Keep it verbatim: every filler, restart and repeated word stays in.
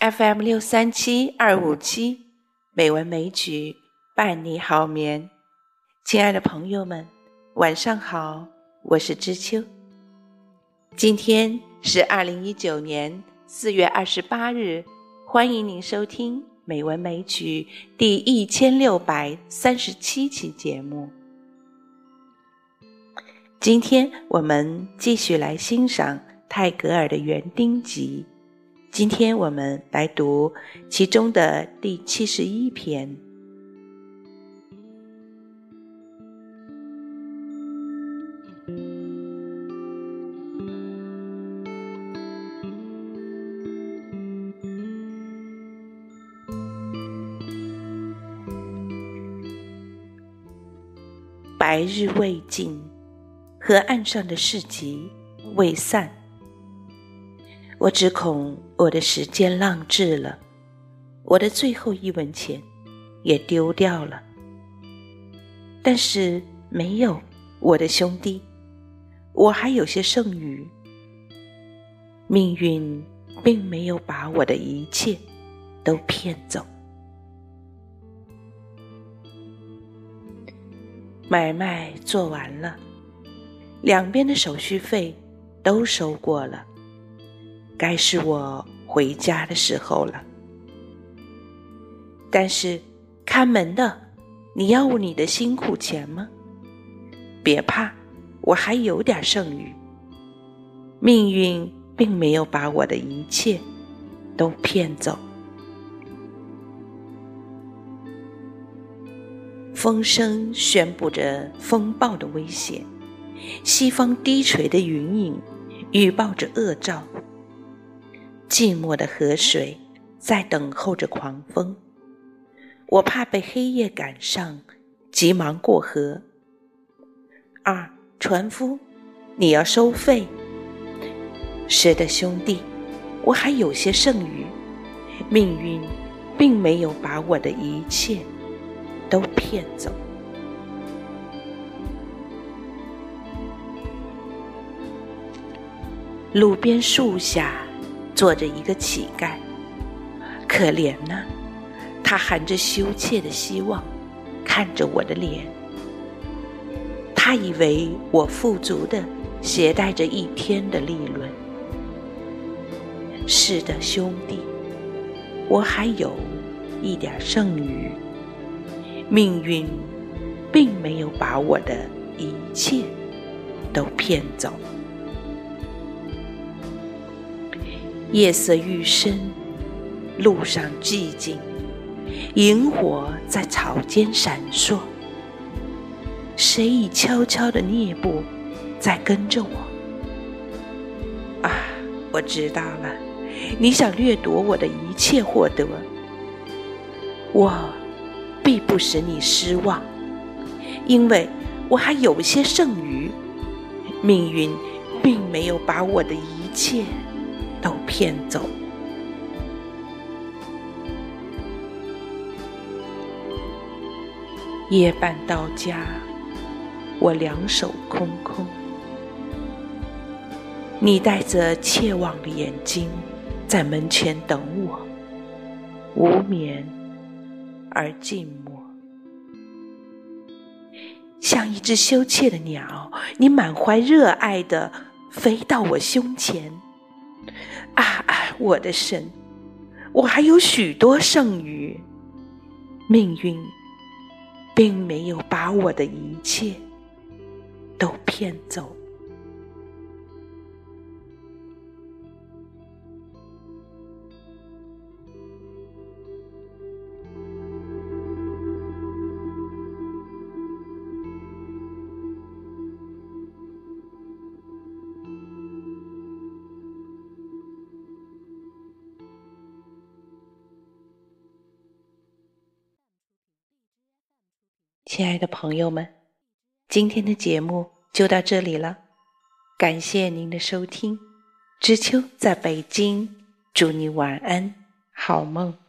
F M 六三七二五七，美文美曲伴你好眠。亲爱的朋友们，晚上好，我是知秋。今天是二零一九年四月二十八日，欢迎您收听美文美曲第一千六百三十七期节目。今天我们继续来欣赏泰戈尔的园丁集，今天我们来读其中的第七十一篇。白日未尽，河岸上的市集未散，我只恐我的时间浪掷了，我的最后一文钱也丢掉了。但是没有，我的兄弟，我还有些剩余。命运并没有把我的一切都骗走。买卖做完了，两边的手续费都收过了，该是我回家的时候了。但是看门的，你要你的辛苦钱吗？别怕，我还有点剩余。命运并没有把我的一切都骗走。风声宣布着风暴的危险，西方低垂的云影预报着恶兆，寂寞的河水在等候着狂风。我怕被黑夜赶上，急忙过河。二，船夫，你要收费。是的，兄弟，我还有些剩余。命运并没有把我的一切都骗走。路边树下坐着一个乞丐，可怜呐、啊，他含着羞怯的希望看着我的脸。他以为我富足的携带着一天的利润。是的，兄弟，我还有一点剩余。命运并没有把我的一切都骗走。夜色愈深，路上寂静，萤火在草间闪烁。谁以悄悄的蹑步在跟着我？啊，我知道了，你想掠夺我的一切获得。我必不使你失望，因为我还有些剩余。命运并没有把我的一切都骗走。夜半到家，我两手空空。你带着切望的眼睛在门前等我，无眠而静默。像一只羞怯的鸟，你满怀热爱地飞到我胸前。啊啊，我的神，我还有许多剩余。命运并没有把我的一切都骗走。亲爱的朋友们，今天的节目就到这里了，感谢您的收听。知秋在北京，祝你晚安，好梦。